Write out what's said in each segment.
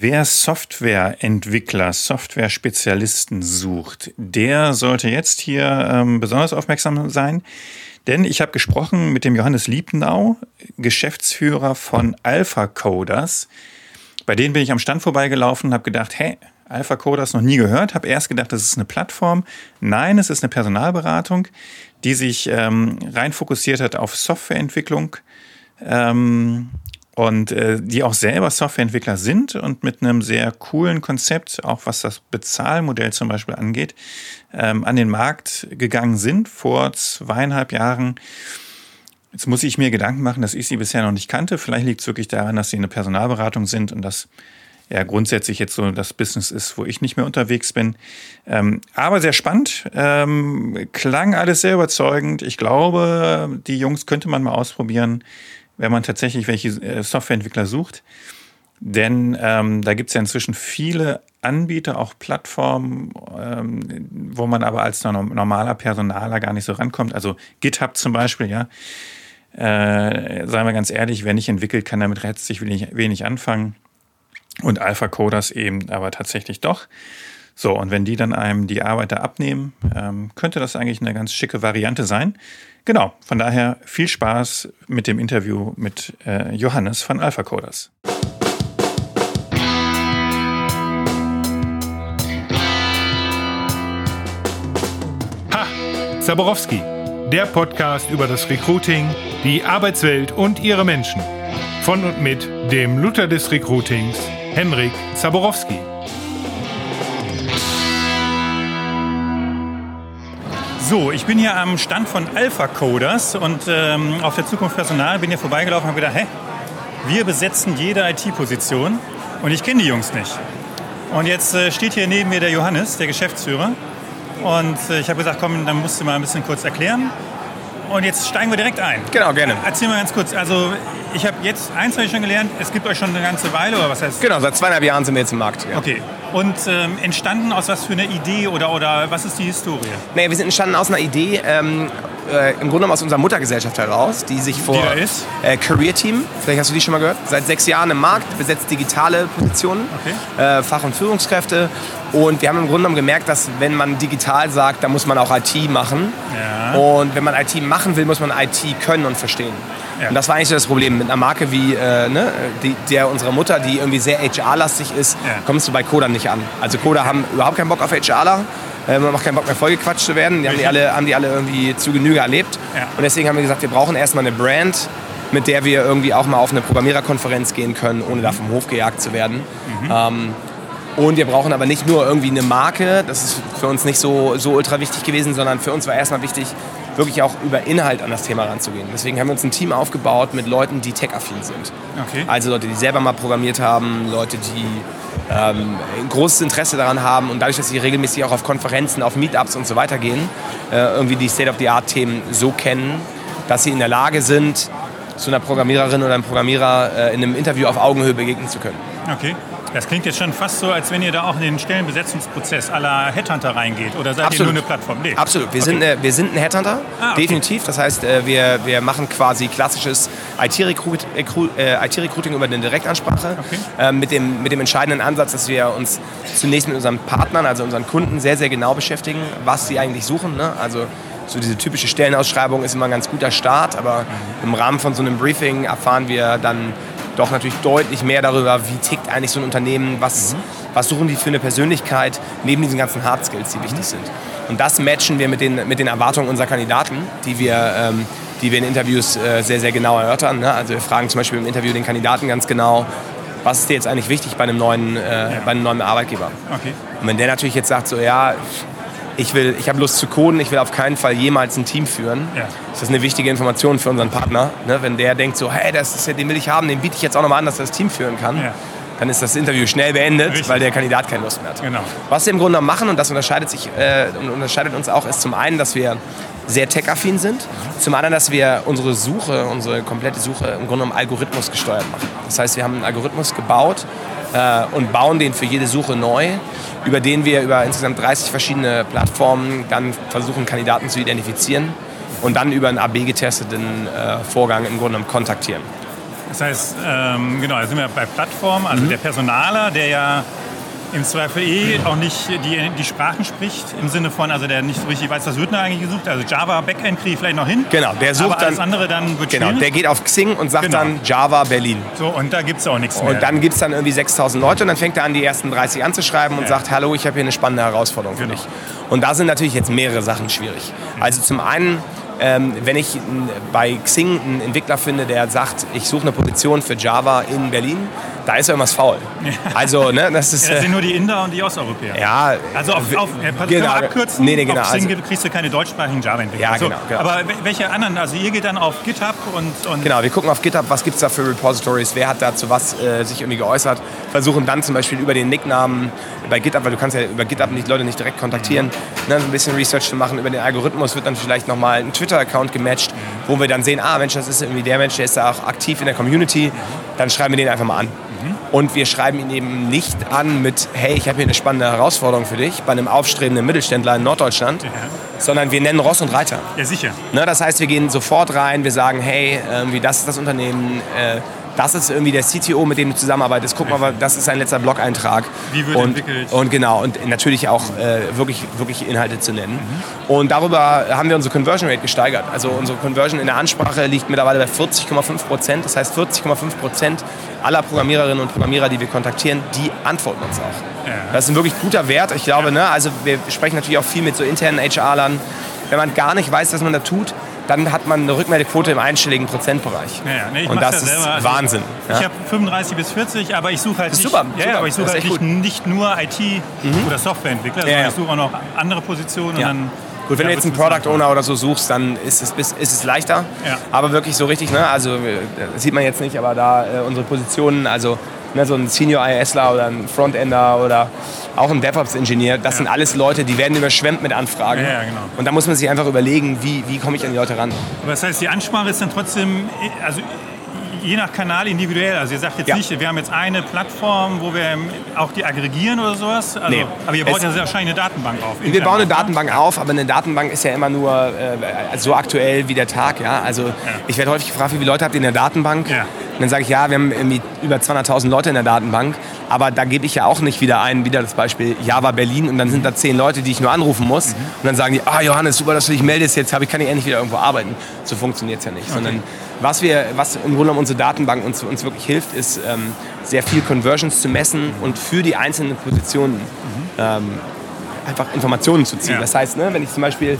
Wer Softwareentwickler, Software-Spezialisten sucht, der sollte jetzt hier besonders aufmerksam sein. Denn ich habe gesprochen mit dem Johannes Liebnau, Geschäftsführer von Alpha Coders. Bei denen bin ich am Stand vorbeigelaufen und habe gedacht, hey, Alpha Coders noch nie gehört. Habe erst gedacht, das ist eine Plattform. Nein, es ist eine Personalberatung, die sich rein fokussiert hat auf Softwareentwicklung. Und die auch selber Softwareentwickler sind und mit einem sehr coolen Konzept, auch was das Bezahlmodell zum Beispiel angeht, an den Markt gegangen sind vor 2,5 Jahren. Jetzt muss ich mir Gedanken machen, dass ich sie bisher noch nicht kannte. Vielleicht liegt es wirklich daran, dass sie eine Personalberatung sind und dass ja grundsätzlich jetzt so das Business ist, wo ich nicht mehr unterwegs bin. Aber sehr spannend, klang alles sehr überzeugend. Ich glaube, die Jungs könnte man mal ausprobieren, wenn man tatsächlich welche Softwareentwickler sucht. Denn da gibt es ja inzwischen viele Anbieter, auch Plattformen, wo man aber als normaler Personaler gar nicht so rankommt. Also GitHub zum Beispiel, ja. Seien wir ganz ehrlich, wer nicht entwickelt, kann damit letztlich wenig anfangen. Und Alpha Coders eben aber tatsächlich doch. So, und wenn die dann einem die Arbeit da abnehmen, könnte das eigentlich eine ganz schicke Variante sein. Genau, von daher viel Spaß mit dem Interview mit Johannes von Alpha Coders. Ha, Zaborowski, der Podcast über das Recruiting, die Arbeitswelt und ihre Menschen. Von und mit dem Luther des Recruitings, Henrik Zaborowski. So, ich bin hier am Stand von Alpha Coders und auf der Zukunft Personal bin hier vorbeigelaufen und habe gedacht, hey, wir besetzen jede IT-Position und ich kenne die Jungs nicht. Und jetzt steht hier neben mir der Johannes, der Geschäftsführer. Und ich habe gesagt, komm, dann musst du mal ein bisschen kurz erklären. Und jetzt steigen wir direkt ein. Genau, gerne. Erzähl mal ganz kurz. Also ich habe jetzt eins habe ich schon gelernt, es gibt euch schon eine ganze Weile, oder was heißt? Genau, seit 2,5 Jahren sind wir jetzt im Markt. Ja. Okay. Und entstanden aus was für einer Idee oder was ist die Historie? Nee, wir sind entstanden aus einer Idee, im Grunde genommen aus unserer Muttergesellschaft heraus, die sich vor... Die da ist? Career Team, vielleicht hast du die schon mal gehört, seit 6 Jahren im Markt, besetzt digitale Positionen, okay. Fach- und Führungskräfte. Und wir haben im Grunde genommen gemerkt, dass wenn man digital sagt, dann muss man auch IT machen. Ja. Und wenn man IT machen will, muss man IT können und verstehen. Ja. Und das war eigentlich so das Problem. Mit einer Marke wie der unserer Mutter, die irgendwie sehr HR-lastig ist, kommst du bei Coder nicht an. Also Coder haben überhaupt keinen Bock auf HRler. Man macht keinen Bock mehr vollgequatscht zu werden. Die haben die alle irgendwie zu Genüge erlebt. Ja. Und deswegen haben wir gesagt, wir brauchen erstmal eine Brand, mit der wir irgendwie auch mal auf eine Programmiererkonferenz gehen können, ohne da vom Hof gejagt zu werden. Mhm. Und wir brauchen aber nicht nur irgendwie eine Marke, das ist für uns nicht so ultra wichtig gewesen, sondern für uns war erstmal wichtig, wirklich auch über Inhalt an das Thema ranzugehen. Deswegen haben wir uns ein Team aufgebaut mit Leuten, die tech-affin sind. Okay. Also Leute, die selber mal programmiert haben, Leute, die ein großes Interesse daran haben und dadurch, dass sie regelmäßig auch auf Konferenzen, auf Meetups und so weiter gehen, irgendwie die State-of-the-Art-Themen so kennen, dass sie in der Lage sind, zu einer Programmiererin oder einem Programmierer in einem Interview auf Augenhöhe begegnen zu können. Okay. Das klingt jetzt schon fast so, als wenn ihr da auch in den Stellenbesetzungsprozess à la Headhunter reingeht. Oder seid ihr nur eine Plattform? Nee. Absolut. Wir sind ein Headhunter, definitiv. Das heißt, wir machen quasi klassisches IT-Recruiting über eine Direktansprache. Okay. Mit dem entscheidenden Ansatz, dass wir uns zunächst mit unseren Partnern, also unseren Kunden, sehr, sehr genau beschäftigen, was sie eigentlich suchen. Ne? Also so diese typische Stellenausschreibung ist immer ein ganz guter Start, aber im Rahmen von so einem Briefing erfahren wir dann doch natürlich deutlich mehr darüber, wie tickt eigentlich so ein Unternehmen, was suchen die für eine Persönlichkeit, neben diesen ganzen Hard Skills, die wichtig sind. Und das matchen wir mit den Erwartungen unserer Kandidaten, die wir in Interviews sehr, sehr genau erörtern. Ne? Also wir fragen zum Beispiel im Interview den Kandidaten ganz genau, was ist dir jetzt eigentlich wichtig bei einem neuen Arbeitgeber? Okay. Und wenn der natürlich jetzt sagt, so ja, ich habe Lust zu coden, ich will auf keinen Fall jemals ein Team führen. Ja. Das ist eine wichtige Information für unseren Partner. Ne? Wenn der denkt so, hey, den will ich haben, den biete ich jetzt auch nochmal an, dass er das Team führen kann. Ja. Dann ist das Interview schnell beendet, richtig, weil der Kandidat keine Lust mehr hat. Genau. Was wir im Grunde machen, und das unterscheidet uns auch, ist zum einen, dass wir sehr tech-affin sind. Zum anderen, dass wir unsere komplette Suche im Grunde genommen algorithmusgesteuert machen. Das heißt, wir haben einen Algorithmus gebaut und bauen den für jede Suche neu, über den wir über insgesamt 30 verschiedene Plattformen dann versuchen, Kandidaten zu identifizieren und dann über einen AB-getesteten Vorgang im Grunde genommen kontaktieren. Das heißt, genau, da sind wir bei Plattformen, also der Personaler, der ja im Zweifel auch nicht die Sprachen spricht, im Sinne von, also der nicht so richtig weiß, was wird denn eigentlich gesucht, also Java Backend kriege ich vielleicht noch hin. Genau, der sucht aber alles andere dann wird Genau, schwierig. der geht auf Xing und sagt dann Java Berlin. So, und da gibt es auch nichts mehr. Und dann gibt es dann irgendwie 6.000 Leute und dann fängt er an, die ersten 30 anzuschreiben und sagt, hallo, ich habe hier eine spannende Herausforderung für dich. Und da sind natürlich jetzt mehrere Sachen schwierig. Also zum einen, wenn ich bei Xing einen Entwickler finde, der sagt, ich suche eine Position für Java in Berlin, da ist irgendwas faul. Also, ne, das ist... das sind nur die Inder und die Osteuropäer. Ja. Also genau, abkürzen, nee, genau, auf Xing kriegst du keine deutschsprachigen Java-Entwickler. Ja, genau. Aber welche anderen, also ihr geht dann auf GitHub und... Genau, wir gucken auf GitHub, was gibt es da für Repositories, wer hat da zu was sich irgendwie geäußert, versuchen dann zum Beispiel über den Nicknamen bei GitHub, weil du kannst ja über GitHub Leute nicht direkt kontaktieren, ne, so ein bisschen Research zu machen, über den Algorithmus wird dann vielleicht nochmal ein Twitter-Account gematcht, wo wir dann sehen, Mensch, das ist irgendwie der Mensch, der ist da auch aktiv in der Community, dann schreiben wir den einfach mal an. Und wir schreiben ihn eben nicht an mit, hey, ich habe hier eine spannende Herausforderung für dich, bei einem aufstrebenden Mittelständler in Norddeutschland, sondern wir nennen Ross und Reiter. Ja, sicher. Ne, das heißt, wir gehen sofort rein, wir sagen, hey, das ist das Unternehmen, das ist irgendwie der CTO, mit dem du zusammenarbeitest. Guck mal, das ist sein letzter Blog-Eintrag. Wie wird entwickelt. Und genau, und natürlich auch wirklich Inhalte zu nennen. Und darüber haben wir unsere Conversion Rate gesteigert. Also unsere Conversion in der Ansprache liegt mittlerweile bei 40,5%. Das heißt, 40,5% aller Programmiererinnen und Programmierer, die wir kontaktieren, die antworten uns auch. Ja. Das ist ein wirklich guter Wert. Ich glaube, also wir sprechen natürlich auch viel mit so internen HR-Lern. Wenn man gar nicht weiß, was man da tut, dann hat man eine Rückmeldequote im einstelligen Prozentbereich. Und das ist Wahnsinn. Ich habe 35 bis 40, aber ich suche halt aber ich suche halt nicht nur IT- oder Softwareentwickler, sondern ich suche auch noch andere Positionen. Und dann, gut, wenn du jetzt einen Product Owner oder so suchst, dann ist es leichter. Ja. Aber wirklich so richtig, ne? Also das sieht man jetzt nicht, aber da unsere Positionen, also so ein Senior ISler oder ein Frontender oder auch ein DevOps-Ingenieur, das sind alles Leute, die werden überschwemmt mit Anfragen. Ja, genau. Und da muss man sich einfach überlegen, wie komme ich an die Leute ran. Aber das heißt, die Ansprache ist dann trotzdem, also je nach Kanal individuell. Also ihr sagt jetzt nicht, wir haben jetzt eine Plattform, wo wir auch die aggregieren oder sowas. Also, aber ihr baut ja wahrscheinlich eine Datenbank auf. Wir bauen eine Datenbank auf, aber eine Datenbank ist ja immer nur so aktuell wie der Tag. Ja? Also ich werde häufig gefragt, wie viele Leute habt ihr in der Datenbank? Ja. Und dann sage ich, wir haben irgendwie über 200.000 Leute in der Datenbank. Aber da gebe ich ja auch nicht wieder das Beispiel Java Berlin und dann sind da 10 Leute, die ich nur anrufen muss. Und dann sagen die, Johannes, super, dass du dich meldest, jetzt kann ich endlich wieder irgendwo arbeiten. So funktioniert es ja nicht. Okay. Sondern was im Grunde genommen unsere Datenbank uns wirklich hilft, ist sehr viel Conversions zu messen und für die einzelnen Positionen einfach Informationen zu ziehen. Ja. Das heißt, wenn ich zum Beispiel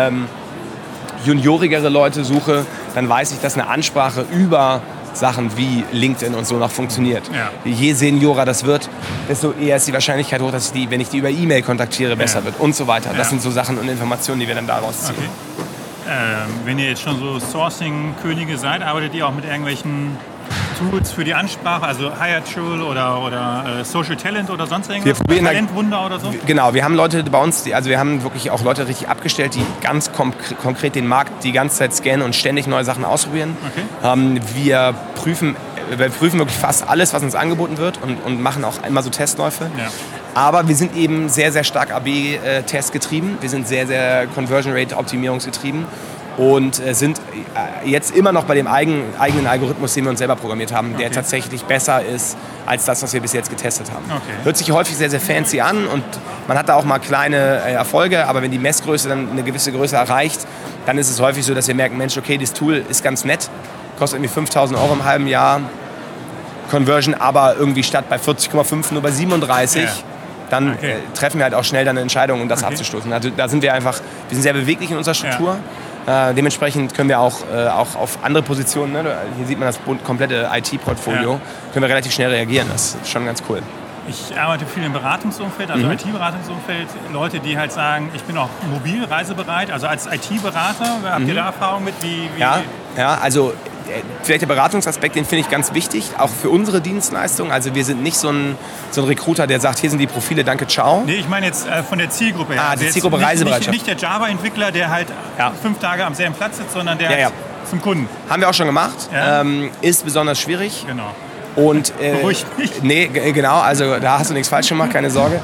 juniorigere Leute suche, dann weiß ich, dass eine Ansprache über Sachen wie LinkedIn und so noch funktioniert. Ja. Je seniorer das wird, desto eher ist die Wahrscheinlichkeit hoch, dass wenn ich die über E-Mail kontaktiere, besser wird und so weiter. Das sind so Sachen und Informationen, die wir dann daraus ziehen. Okay. Wenn ihr jetzt schon so Sourcing-Könige seid, arbeitet ihr auch mit irgendwelchen Tools für die Ansprache, also Hiretual oder Social Talent oder sonst irgendwas? Talentwunder oder so? Genau, wir haben Leute bei uns, wir haben wirklich auch Leute richtig abgestellt, die ganz konkret den Markt die ganze Zeit scannen und ständig neue Sachen ausprobieren. Okay. Wir prüfen wirklich fast alles, was uns angeboten wird und machen auch immer so Testläufe. Ja. Aber wir sind eben sehr, sehr stark AB-Test getrieben. Wir sind sehr, sehr Conversion Rate optimierungsgetrieben. Und sind jetzt immer noch bei dem eigenen Algorithmus, den wir uns selber programmiert haben, der tatsächlich besser ist als das, was wir bis jetzt getestet haben. Okay. Hört sich häufig sehr, sehr fancy an und man hat da auch mal kleine Erfolge, aber wenn die Messgröße dann eine gewisse Größe erreicht, dann ist es häufig so, dass wir merken, Mensch, okay, das Tool ist ganz nett, kostet irgendwie 5.000 € im halben Jahr, Conversion aber irgendwie statt bei 40,5 nur bei 37. Ja. Dann treffen wir halt auch schnell dann eine Entscheidung, um das abzustoßen. Also da sind wir sind sehr beweglich in unserer Struktur. Ja. Dementsprechend können wir auch auf andere Positionen, hier sieht man das komplette IT-Portfolio, können wir relativ schnell reagieren. Das ist schon ganz cool. Ich arbeite viel im Beratungsumfeld, also IT-Beratungsumfeld. Leute, die halt sagen, ich bin auch mobil, reisebereit. Also als IT-Berater, habt ihr da Erfahrung mit? Ja, also vielleicht der Beratungsaspekt, den finde ich ganz wichtig, auch für unsere Dienstleistung. Also wir sind nicht so ein Recruiter, der sagt, hier sind die Profile, danke, ciao. Nee, ich meine jetzt von der Zielgruppe her. Die Zielgruppe Reisebereitschaft. Nicht der Java-Entwickler, der halt 5 Tage am selben Platz sitzt, sondern der zum Kunden. Haben wir auch schon gemacht. Ja. Ist besonders schwierig. Genau. Und beruhigt mich. Nee, genau, also da hast du nichts falsch gemacht, keine Sorge.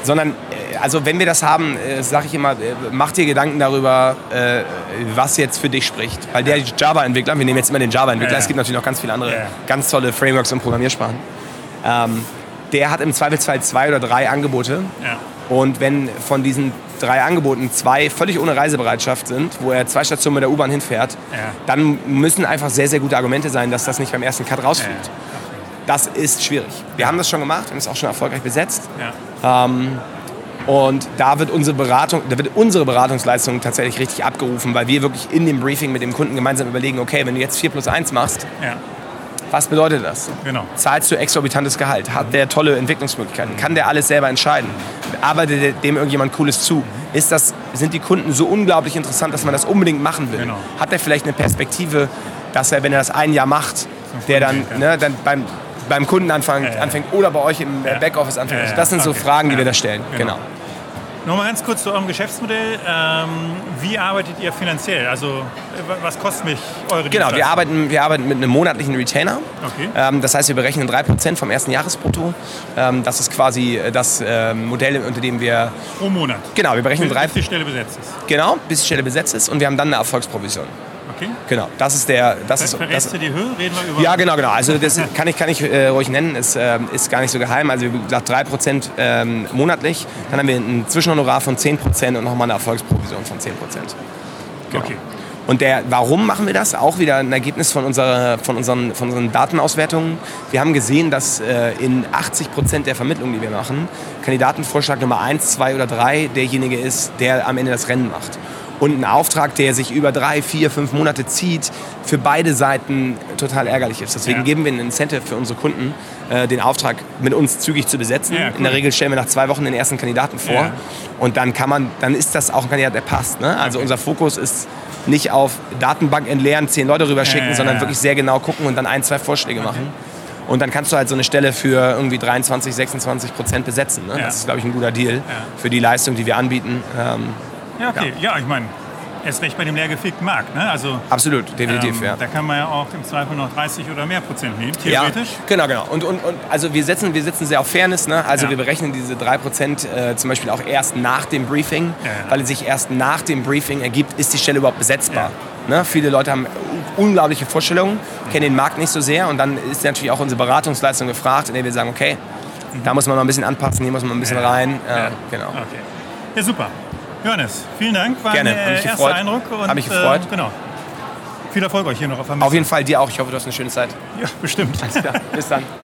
Sondern, also wenn wir das haben, sage ich immer, mach dir Gedanken darüber, was jetzt für dich spricht. Weil der Java-Entwickler, wir nehmen jetzt immer den Java-Entwickler, es gibt natürlich noch ganz viele andere ganz tolle Frameworks und Programmiersprachen, der hat im Zweifelsfall 2 oder 3 Angebote. Ja. Und wenn von diesen 3 Angeboten 2 völlig ohne Reisebereitschaft sind, wo er 2 Stationen mit der U-Bahn hinfährt, dann müssen einfach sehr, sehr gute Argumente sein, dass das nicht beim ersten Cut rausfliegt. Das ist schwierig. Wir haben das schon gemacht, wir haben es auch schon erfolgreich besetzt. Ja. Und da wird unsere Beratungsleistung tatsächlich richtig abgerufen, weil wir wirklich in dem Briefing mit dem Kunden gemeinsam überlegen, okay, wenn du jetzt 4+1 machst, was bedeutet das? Genau. Zahlst du exorbitantes Gehalt? Hat der tolle Entwicklungsmöglichkeiten? Kann der alles selber entscheiden? Arbeitet dem irgendjemand Cooles zu? Sind die Kunden so unglaublich interessant, dass man das unbedingt machen will? Genau. Hat er vielleicht eine Perspektive, dass er, wenn er das ein Jahr macht, der dann beim Kunden anfängt oder bei euch im Backoffice anfängt? Das sind so Fragen, die wir da stellen. Genau. Nochmal ganz kurz zu eurem Geschäftsmodell. Wie arbeitet ihr finanziell? Also was kostet mich eure Dienstleistung? Genau, wir arbeiten mit einem monatlichen Retainer. Okay. Das heißt, wir berechnen 3% vom ersten Jahresbrutto. Das ist quasi das Modell, unter dem wir... Pro Monat? Genau, wir berechnen bis die Stelle besetzt ist. Genau, bis die Stelle besetzt ist und wir haben dann eine Erfolgsprovision. Okay. Genau, das ist der... Verrätst du die Höhe? Reden wir über... Ja, genau. Also das kann ich ruhig nennen, ist gar nicht so geheim. Also wir sagen 3% monatlich, dann haben wir ein Zwischenhonorar von 10% und nochmal eine Erfolgsprovision von 10%. Genau. Okay. Und warum machen wir das? Auch wieder ein Ergebnis von unseren Datenauswertungen. Wir haben gesehen, dass in 80% der Vermittlungen, die wir machen, Kandidatenvorschlag Nummer 1, 2 oder 3 derjenige ist, der am Ende das Rennen macht. Und ein Auftrag, der sich über 3, 4, 5 Monate zieht, für beide Seiten total ärgerlich ist. Deswegen geben wir ein Incentive für unsere Kunden, den Auftrag mit uns zügig zu besetzen. Ja, cool. In der Regel stellen wir nach 2 Wochen den ersten Kandidaten vor. Ja. Und dann ist das auch ein Kandidat, der passt. Ne? Also unser Fokus ist nicht auf Datenbank entleeren, 10 Leute rüberschicken, sondern wirklich sehr genau gucken und dann 1, 2 Vorschläge machen. Und dann kannst du halt so eine Stelle für irgendwie 23, 26% besetzen. Ne? Das ist, glaube ich, ein guter Deal für die Leistung, die wir anbieten. Ja, okay. Ja, ich meine, erst recht bei dem leergefegten Markt. Ne? Also, absolut, definitiv. Da kann man ja auch im Zweifel noch 30 oder mehr Prozent nehmen, theoretisch. Ja, genau. Und also wir setzen sehr auf Fairness. Ne? Also wir berechnen diese 3% zum Beispiel auch erst nach dem Briefing, weil es sich erst nach dem Briefing ergibt, ist die Stelle überhaupt besetzbar. Ne? Viele Leute haben unglaubliche Vorstellungen, kennen den Markt nicht so sehr und dann ist natürlich auch unsere Beratungsleistung gefragt, in der wir sagen, okay, da muss man noch ein bisschen anpassen, hier muss man ein bisschen rein. Genau. Okay. Ja, super. Johannes, vielen Dank. War gerne. ein erster Eindruck. Habe mich gefreut. Genau. Viel Erfolg euch hier noch auf der Messe. Auf jeden Fall dir auch. Ich hoffe, du hast eine schöne Zeit. Ja, bestimmt. Alles klar. Bis dann.